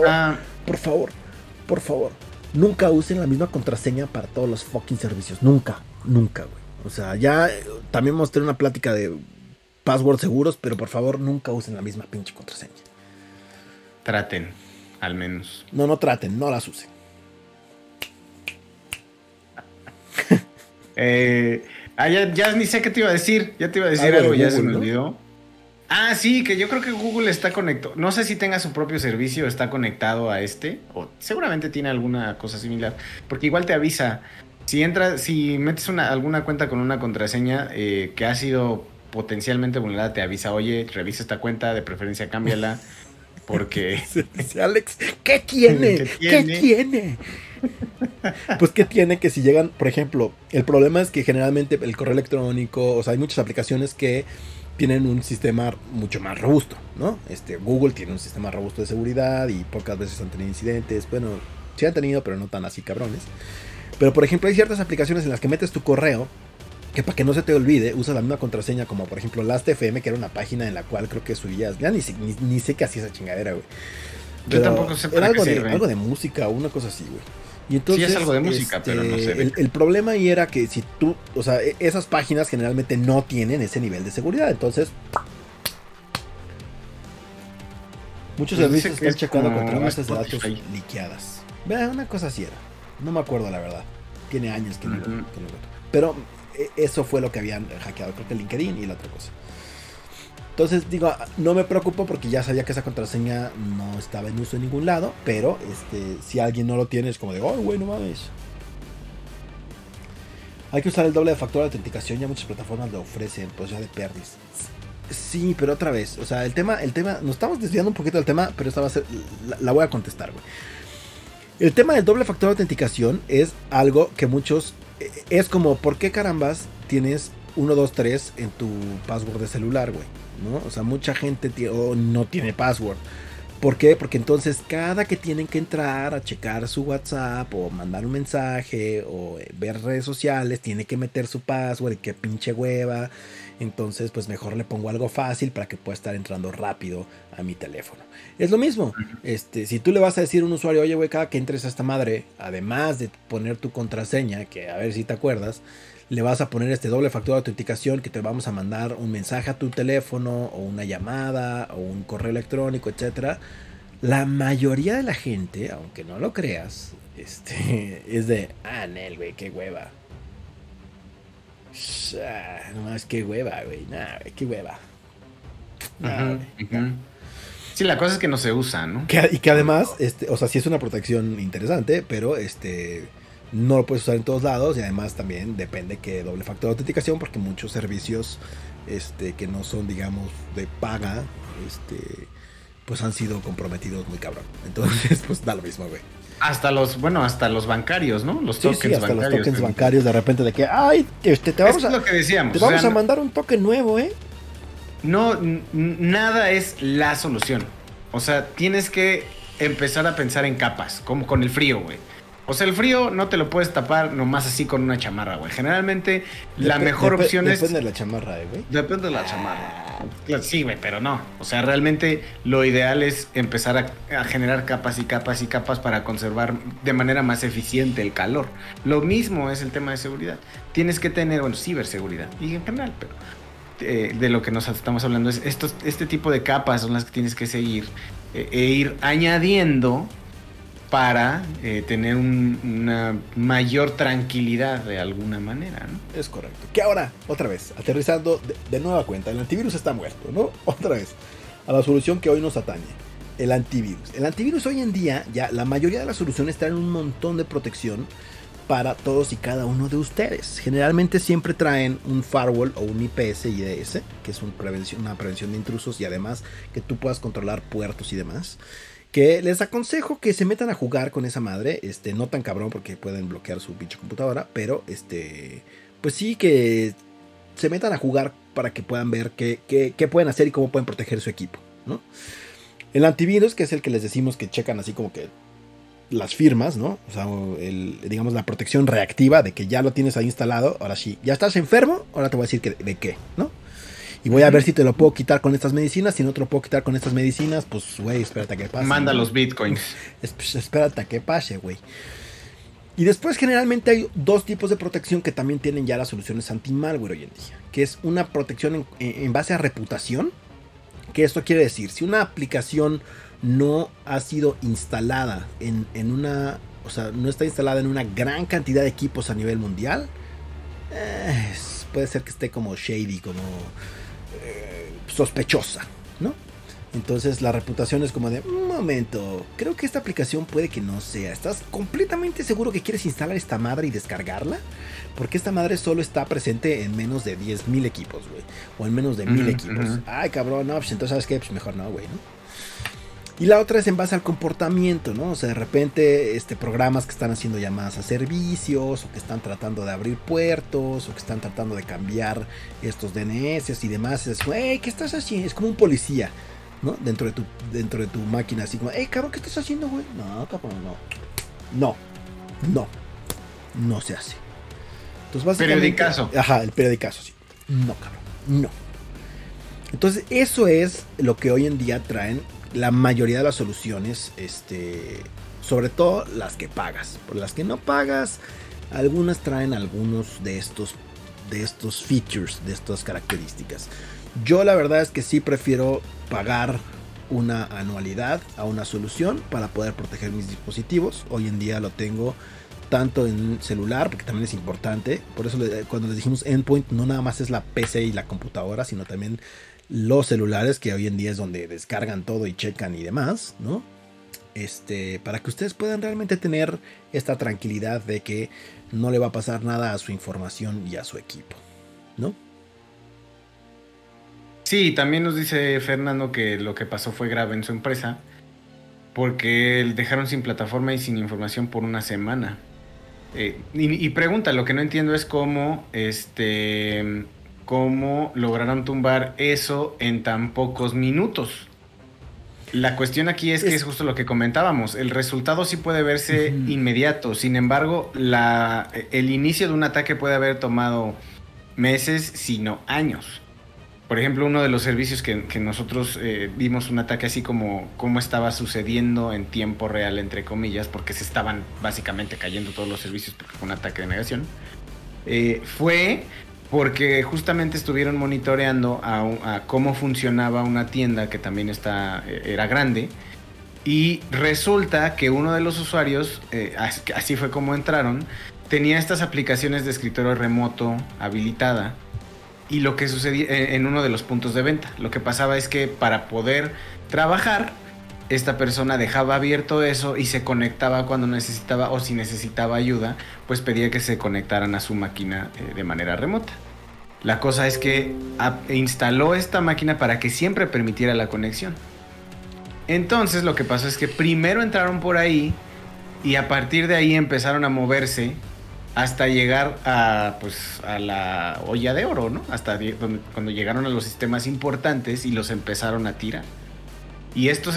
por favor, nunca usen la misma contraseña para todos los fucking servicios. Nunca, güey. O sea, ya también vamos a tener una plática de passwords seguros, pero por favor, nunca usen la misma pinche contraseña. Traten, al menos. No traten, no las usen. Ya ni sé qué te iba a decir. Ya te iba a decir algo, ya se me olvidó. Ah, sí, que yo creo que Google está conectado. No sé si tenga su propio servicio, está conectado a o seguramente tiene alguna cosa similar, porque igual te avisa. Si metes alguna cuenta con una contraseña que ha sido potencialmente vulnerada, te avisa, oye, revisa esta cuenta, de preferencia cámbiala, porque... Sí, Alex, ¿qué tiene? ¿Qué tiene? Pues ¿qué tiene? Que si llegan, por ejemplo, el problema es que generalmente el correo electrónico, o sea, hay muchas aplicaciones que tienen un sistema mucho más robusto, ¿no? Google tiene un sistema robusto de seguridad y pocas veces han tenido incidentes. Bueno, sí han tenido, pero no tan así cabrones. Pero por ejemplo hay ciertas aplicaciones en las que metes tu correo que para que no se te olvide usas la misma contraseña, como por ejemplo Last.fm, que era una página en la cual creo que subías, ya ni sé qué hacía esa chingadera, güey. Yo tampoco sé para qué sirve. Algo de música o una cosa así, güey. Y entonces, sí es algo de música, pero no sé. El problema ahí era que si tú, o sea, esas páginas generalmente no tienen ese nivel de seguridad, entonces muchos servicios están checando contra bases de datos liqueadas. Vean, una cosa así era. No me acuerdo la verdad. Tiene años que no lo pero eso fue lo que habían hackeado, creo que LinkedIn y la otra cosa. Entonces digo, no me preocupo porque ya sabía que esa contraseña no estaba en uso en ningún lado, pero si alguien no lo tiene es como de, oh, güey, no mames. Hay que usar el doble factor de autenticación, ya muchas plataformas lo ofrecen, pues ya de perdis. Sí, pero otra vez, o sea, el tema, nos estamos desviando un poquito del tema, pero esta va a ser, la voy a contestar, güey. El tema del doble factor de autenticación es algo que muchos, es como, ¿por qué carambas tienes 1, 2, 3 en tu password de celular, güey? ¿No? O sea, mucha gente no tiene password. ¿Por qué? Porque entonces cada que tienen que entrar a checar su WhatsApp o mandar un mensaje o ver redes sociales, tiene que meter su password y qué pinche hueva. Entonces, pues mejor le pongo algo fácil para que pueda estar entrando rápido a mi teléfono. Es lo mismo. Si tú le vas a decir a un usuario, oye, güey, cada que entres a esta madre, además de poner tu contraseña, que a ver si te acuerdas, le vas a poner este doble factor de autenticación, que te vamos a mandar un mensaje a tu teléfono o una llamada o un correo electrónico, etcétera. La mayoría de la gente, aunque no lo creas, es de, Nel, güey, qué hueva. No más, qué hueva, güey. Nah, qué hueva. Sí, la cosa es que no se usa, ¿no? Y que además, o sea, sí es una protección interesante, pero no lo puedes usar en todos lados, y además también depende que doble factor de autenticación, porque muchos servicios que no son, digamos, de paga, pues han sido comprometidos muy cabrón. Entonces, pues da lo mismo, güey. Hasta los bancarios, ¿no? Los tokens hasta bancarios. Los tokens bancarios de repente de que, ay, te vamos lo que decíamos. Te vamos a mandar un token nuevo, ¿eh? No, nada es la solución. O sea, tienes que empezar a pensar en capas, como con el frío, güey. O sea, el frío no te lo puedes tapar nomás así con una chamarra, güey. Generalmente la mejor opción es... Depende de la chamarra, güey. Depende de la chamarra. Sí, güey, pero no. O sea, realmente lo ideal es empezar a generar capas y capas y capas para conservar de manera más eficiente el calor. Lo mismo es el tema de seguridad. Tienes que tener, bueno, ciberseguridad y en general, pero... de lo que nos estamos hablando es este tipo de capas son las que tienes que seguir e ir añadiendo para tener una mayor tranquilidad de alguna manera, ¿no? Es correcto. Que ahora, otra vez, aterrizando de nueva cuenta, el antivirus está muerto, ¿no? Otra vez, a la solución que hoy nos atañe, el antivirus. El antivirus hoy en día, ya la mayoría de las soluciones traen un montón de protección para todos y cada uno de ustedes. Generalmente siempre traen un firewall o un IPS-IDS, que es una prevención de intrusos, y además que tú puedas controlar puertos y demás. Que les aconsejo que se metan a jugar con esa madre, no tan cabrón porque pueden bloquear su pinche computadora, pero pues sí que se metan a jugar para que puedan ver qué pueden hacer y cómo pueden proteger su equipo, ¿no? El antivirus, que es el que les decimos que checan así como que las firmas, ¿no? O sea, digamos la protección reactiva de que ya lo tienes ahí instalado. Ahora sí, ya estás enfermo, ahora te voy a decir de qué, ¿no? Y voy a ver si te lo puedo quitar con estas medicinas. Si no te lo puedo quitar con estas medicinas, pues, güey, espérate a que pase. Manda, ¿no?, los bitcoins. Espérate a que pase, güey. Y después generalmente hay dos tipos de protección que también tienen ya las soluciones anti-malware hoy en día. Que es una protección en base a reputación. Que esto quiere decir, si una aplicación no ha sido instalada en una... O sea, no está instalada en una gran cantidad de equipos a nivel mundial, puede ser que esté como shady, como sospechosa, ¿no? Entonces la reputación es como de, un momento, creo que esta aplicación puede que no sea. ¿Estás completamente seguro que quieres instalar esta madre y descargarla? Porque esta madre solo está presente en menos de 10,000 equipos, güey. O en menos de 1,000 equipos. Ay, cabrón, no, pues entonces, ¿sabes qué? Pues mejor no, güey, ¿no? Y la otra es en base al comportamiento, ¿no? O sea, de repente programas que están haciendo llamadas a servicios, o que están tratando de abrir puertos, o que están tratando de cambiar estos DNS y demás. Es como, hey, ¿qué estás haciendo? Es como un policía, ¿no? Dentro de tu máquina, así como, hey, cabrón, ¿qué estás haciendo, güey? No, cabrón, no se hace. Entonces, básicamente, periodicazo. Ajá, el periodicazo, sí. No, cabrón, no. Entonces, eso es lo que hoy en día traen la mayoría de las soluciones, sobre todo las que pagas. Por las que no pagas, algunas traen algunos de estos features, de estas características. Yo la verdad es que sí prefiero pagar una anualidad a una solución para poder proteger mis dispositivos. Hoy en día lo tengo tanto en celular, porque también es importante. Por eso cuando les dijimos endpoint, no nada más es la PC y la computadora, sino también los celulares, que hoy en día es donde descargan todo y checan y demás, ¿no? Para que ustedes puedan realmente tener esta tranquilidad de que no le va a pasar nada a su información y a su equipo, ¿no? Sí, también nos dice Fernando que lo que pasó fue grave en su empresa porque dejaron sin plataforma y sin información por una semana. Y pregunta, lo que no entiendo es cómo lograron tumbar eso en tan pocos minutos. La cuestión aquí es que es justo lo que comentábamos. El resultado sí puede verse inmediato. Sin embargo, el inicio de un ataque puede haber tomado meses, si no años. Por ejemplo, uno de los servicios que nosotros vimos un ataque así como estaba sucediendo en tiempo real, entre comillas, porque se estaban básicamente cayendo todos los servicios porque fue un ataque de negación, fue porque justamente estuvieron monitoreando a cómo funcionaba una tienda que también era grande, y resulta que uno de los usuarios, así fue como entraron, tenía estas aplicaciones de escritorio remoto habilitada. Y lo que sucedía en uno de los puntos de venta, lo que pasaba es que para poder trabajar, esta persona dejaba abierto eso y se conectaba cuando necesitaba, o si necesitaba ayuda, pues pedía que se conectaran a su máquina de manera remota. La cosa es que instaló esta máquina para que siempre permitiera la conexión. Entonces lo que pasó es que primero entraron por ahí y a partir de ahí empezaron a moverse hasta llegar a la olla de oro, ¿no? Cuando llegaron a los sistemas importantes y los empezaron a tirar. Y esto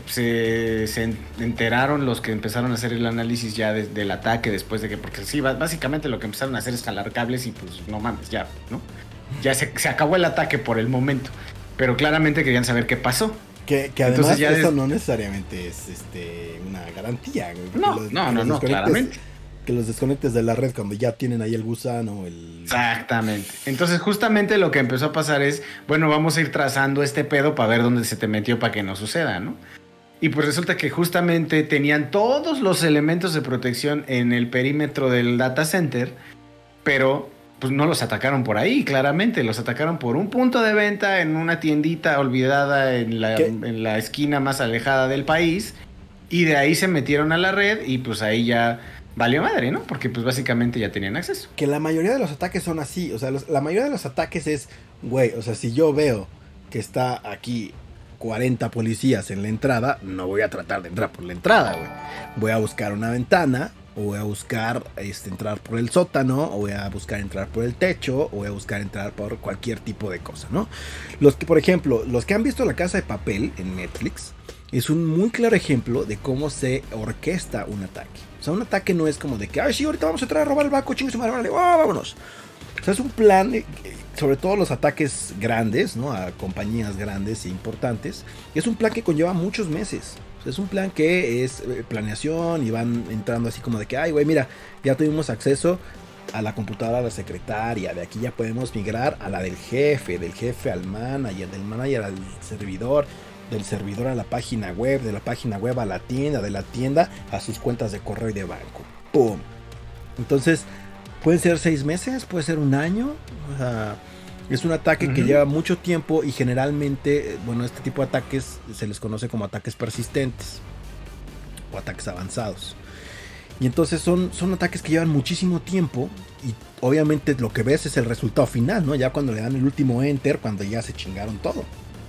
se enteraron los que empezaron a hacer el análisis ya del ataque después de que... Porque sí, básicamente lo que empezaron a hacer es jalar cables y pues no mames, ya, ¿no? Ya se acabó el ataque por el momento. Pero claramente querían saber qué pasó. Que además eso no necesariamente es una garantía. No, claramente. Que los desconectes de la red cuando ya tienen ahí el gusano. Exactamente. Entonces justamente lo que empezó a pasar es, bueno, vamos a ir trazando este pedo para ver dónde se te metió para que no suceda, ¿no? Y pues resulta que justamente tenían todos los elementos de protección en el perímetro del data center, pero pues no los atacaron por ahí, claramente. Los atacaron por un punto de venta en una tiendita olvidada en la esquina más alejada del país, y de ahí se metieron a la red y pues ahí ya... valió madre, ¿no? Porque pues básicamente ya tenían acceso. Que la mayoría de los ataques son así. O sea, la mayoría de los ataques es, güey, o sea, si yo veo que está aquí 40 policías en la entrada, no voy a tratar de entrar por la entrada, güey. Voy a buscar una ventana, o voy a buscar entrar por el sótano, o voy a buscar entrar por el techo, o voy a buscar entrar por cualquier tipo de cosa, ¿no? Los que, por ejemplo, los que han visto La Casa de Papel en Netflix, es un muy claro ejemplo de cómo se orquesta un ataque. O sea, un ataque no es como de que, ay, sí, ahorita vamos a entrar a robar el banco, chingue su madre, vale, vámonos. O sea, es un plan, sobre todo los ataques grandes, ¿no? A compañías grandes e importantes. Es un plan que conlleva muchos meses. O sea, es un plan que es planeación y van entrando así como de que, ay, güey, mira, ya tuvimos acceso a la computadora de la secretaria, de aquí ya podemos migrar a la del jefe al manager, del manager al servidor, del servidor a la página web, de la página web a la tienda, de la tienda a sus cuentas de correo y de banco. ¡Pum! Entonces, pueden ser 6 meses, puede ser un año. O sea, es un ataque que lleva mucho tiempo y generalmente, bueno, este tipo de ataques se les conoce como ataques persistentes o ataques avanzados. Y entonces son ataques que llevan muchísimo tiempo y obviamente lo que ves es el resultado final, ¿no? Ya cuando le dan el último enter, cuando ya se chingaron todo.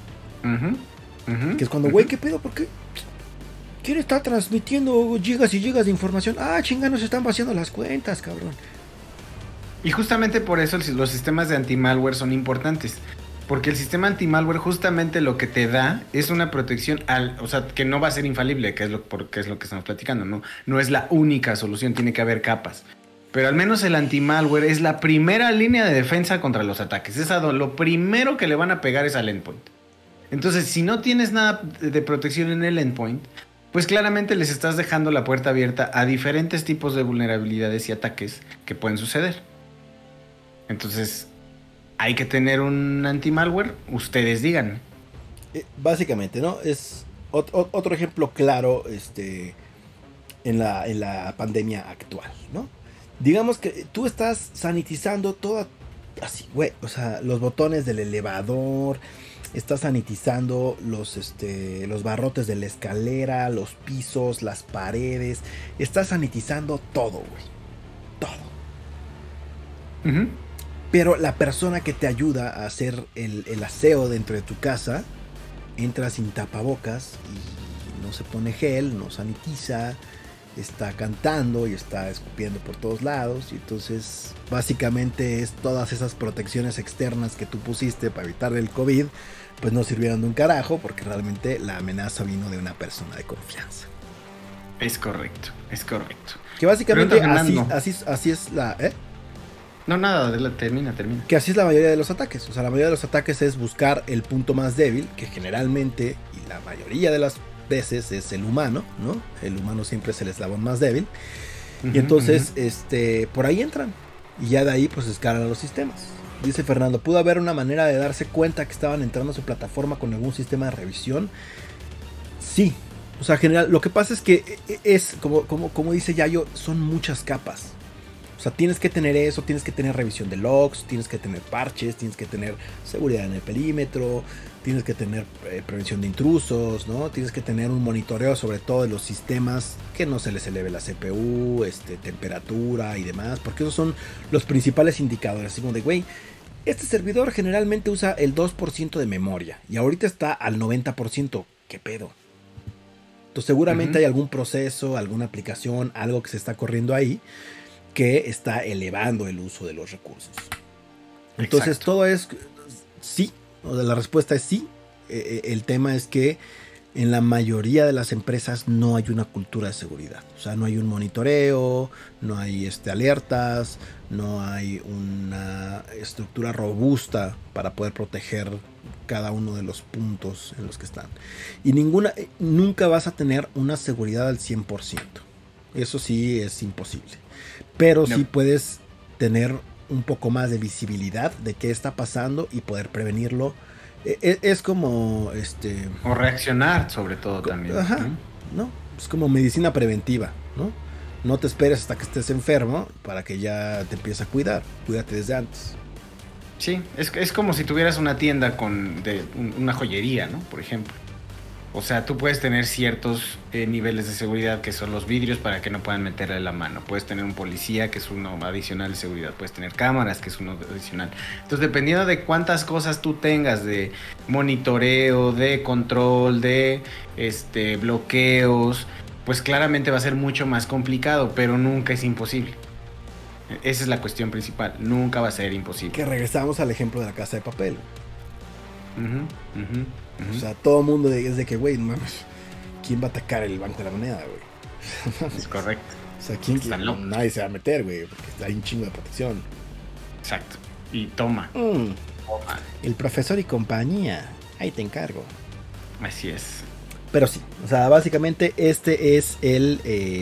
Que es cuando, güey, ¿qué pedo? ¿Por qué? ¿Quién está transmitiendo gigas y gigas de información? Ah, chinga, nos están vaciando las cuentas, cabrón. Y justamente por eso los sistemas de anti-malware son importantes. Porque el sistema anti-malware justamente lo que te da es una protección o sea, que no va a ser infalible, porque es lo que estamos platicando, ¿no? No es la única solución, tiene que haber capas. Pero al menos el anti-malware es la primera línea de defensa contra los ataques. Lo primero que le van a pegar es al endpoint. Entonces, si no tienes nada de protección en el endpoint, pues claramente les estás dejando la puerta abierta a diferentes tipos de vulnerabilidades y ataques que pueden suceder. Entonces, hay que tener un anti-malware, ustedes digan. Básicamente, ¿no? Es otro ejemplo claro en la pandemia actual, ¿no? Digamos que tú estás sanitizando todo así, güey. O sea, los botones del elevador, estás sanitizando los barrotes de la escalera, los pisos, las paredes. Estás sanitizando todo, güey. Todo. Pero la persona que te ayuda a hacer el aseo dentro de tu casa entra sin tapabocas y no se pone gel, no sanitiza, está cantando y está escupiendo por todos lados. Y entonces básicamente es todas esas protecciones externas que tú pusiste para evitar el COVID, pues no sirvieron de un carajo porque realmente la amenaza vino de una persona de confianza. Es correcto, es correcto. Que básicamente así es la... No, nada, termina. Que así es la mayoría de los ataques. O sea, la mayoría de los ataques es buscar el punto más débil, que generalmente, y la mayoría de las veces, es el humano, ¿no? El humano siempre es el eslabón más débil. Y entonces, por ahí entran. Y ya de ahí, pues, escalan los sistemas. Dice Fernando, ¿pudo haber una manera de darse cuenta que estaban entrando a su plataforma con algún sistema de revisión? Sí. O sea, general, lo que pasa es que es, como dice Yayo, son muchas capas. O sea, tienes que tener eso, tienes que tener revisión de logs, tienes que tener parches, tienes que tener seguridad en el perímetro, tienes que tener prevención de intrusos, ¿no? Tienes que tener un monitoreo sobre todo de los sistemas, que no se les eleve la CPU, temperatura y demás, porque esos son los principales indicadores. Así como de, güey, este servidor generalmente usa el 2% de memoria y ahorita está al 90%. ¿Qué pedo? Entonces seguramente hay algún proceso, alguna aplicación, algo que se está corriendo ahí, que está elevando el uso de los recursos. Entonces todo es sí, o sea, la respuesta es sí. El tema es que en la mayoría de las empresas no hay una cultura de seguridad. O sea, no hay un monitoreo, no hay alertas, no hay una estructura robusta para poder proteger cada uno de los puntos en los que están. Y nunca vas a tener una seguridad al 100%. Eso sí es imposible. Pero sí puedes tener un poco más de visibilidad de qué está pasando y poder prevenirlo. Es como o reaccionar sobre todo también. Ajá, ¿no? Es como medicina preventiva, ¿no? No te esperes hasta que estés enfermo para que ya te empieces a cuidar. Cuídate desde antes. Sí, es como si tuvieras una tienda una joyería, ¿no? Por ejemplo. O sea, tú puedes tener ciertos niveles de seguridad que son los vidrios para que no puedan meterle la mano. Puedes tener un policía que es uno adicional de seguridad. Puedes tener cámaras que es uno adicional. Entonces, dependiendo de cuántas cosas tú tengas de monitoreo, de control, de bloqueos, pues claramente va a ser mucho más complicado, pero nunca es imposible. Esa es la cuestión principal. Nunca va a ser imposible. Que regresamos al ejemplo de la Casa de Papel. O sea, todo el mundo es de que, güey, mames, ¿quién va a atacar el Banco de la Moneda, güey? Es correcto. O sea, nadie se va a meter, güey, porque hay un chingo de protección. Exacto. Y toma. El profesor y compañía. Ahí te encargo. Así es. Pero sí, o sea, básicamente este es el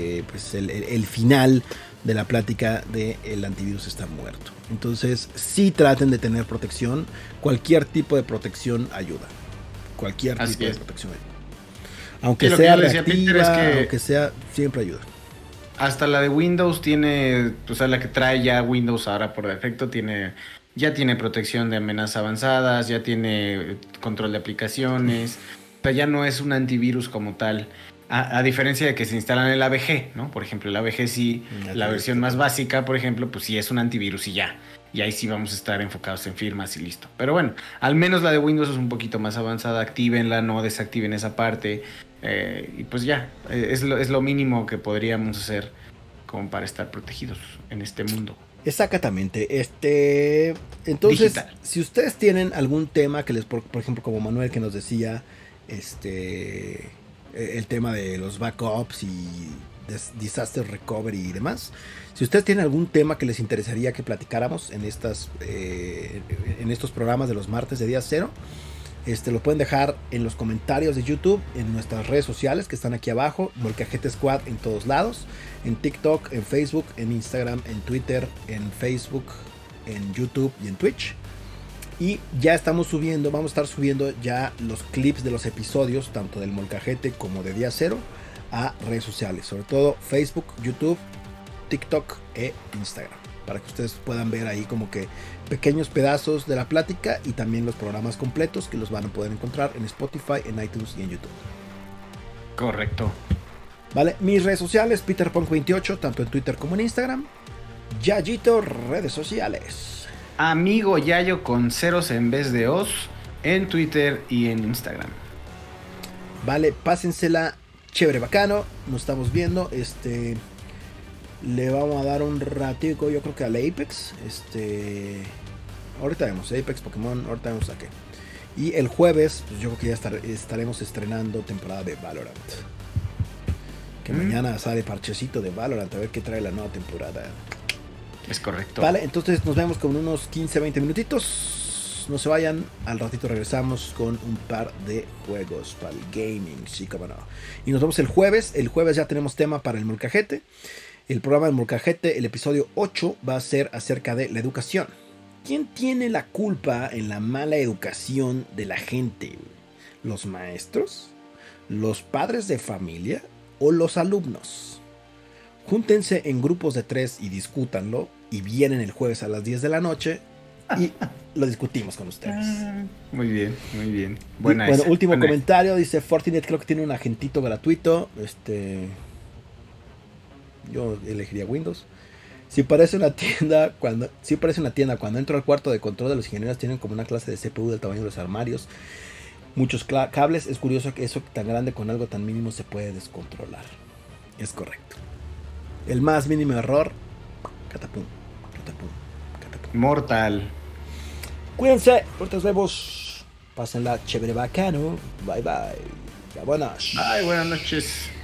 final de la plática de el antivirus está muerto. Entonces, sí traten de tener protección. Cualquier tipo de protección ayuda. Cualquier tipo de protección ayuda. Aunque sea reactiva, aunque sea, siempre ayuda. Hasta la de Windows tiene, o sea, la que trae ya Windows ahora por defecto ya tiene protección de amenazas avanzadas, ya tiene control de aplicaciones, o sea, ya no es un antivirus como tal. A diferencia de que se instalan en el AVG, ¿no? Por ejemplo, el AVG sí, la versión más básica, por ejemplo, pues sí es un antivirus y ya. Y ahí sí vamos a estar enfocados en firmas y listo. Pero bueno, al menos la de Windows es un poquito más avanzada. Actívenla, no desactiven esa parte. Y pues ya, es lo mínimo que podríamos hacer como para estar protegidos en este mundo. Exactamente. Entonces, digital. Si ustedes tienen algún tema que por ejemplo, como Manuel que nos decía, el tema de los backups y disaster recovery y demás. Si ustedes tienen algún tema que les interesaría que platicáramos en estos programas de los martes de día cero, lo pueden dejar en los comentarios de YouTube, en nuestras redes sociales que están aquí abajo, Molcajete Squad en todos lados, en TikTok, en Facebook, en Instagram, en Twitter, en Facebook, en YouTube y en Twitch. Y ya vamos a estar subiendo ya los clips de los episodios, tanto del Molcajete como de Día Cero, a redes sociales, sobre todo Facebook, YouTube, TikTok e Instagram, para que ustedes puedan ver ahí como que pequeños pedazos de la plática y también los programas completos que los van a poder encontrar en Spotify, en iTunes y en YouTube. Correcto. Vale, mis redes sociales, PeterPunk28, tanto en Twitter como en Instagram. Yayito, redes sociales. Amigo Yayo con ceros en vez de os en Twitter y en Instagram. Vale, pásensela chévere, bacano. Nos estamos viendo. Le vamos a dar un ratico, yo creo que al Apex. Ahorita vemos Apex, Pokémon, ahorita vemos a qué. Y el jueves, pues yo creo que ya estaremos estrenando temporada de Valorant. Que mañana sale parchecito de Valorant, a ver qué trae la nueva temporada. Es correcto. Vale, entonces nos vemos con unos 15-20 minutitos. No se vayan, al ratito regresamos con un par de juegos para el gaming, sí, cómo no. Y nos vemos el jueves. El jueves ya tenemos tema para el Molcajete. El programa del Molcajete, el episodio 8, va a ser acerca de la educación. ¿Quién tiene la culpa en la mala educación de la gente? ¿Los maestros? ¿Los padres de familia? ¿O los alumnos? Júntense en grupos de 3 y discútanlo. Y vienen el jueves a las 10 de la noche y lo discutimos con ustedes. Muy bien, muy bien. Bueno, último comentario. Dice Fortinet creo que tiene un agentito gratuito. Yo elegiría Windows. Si parece una tienda cuando entro al cuarto de control de los ingenieros tienen como una clase de CPU del tamaño de los armarios. Muchos cables. Es curioso que eso tan grande con algo tan mínimo se puede descontrolar. Es correcto. El más mínimo error. Catapum. Mortal. Cuídense. Nos vemos. Pásenla chévere bacano. Bye bye. Ya buenas. Ay, buenas noches.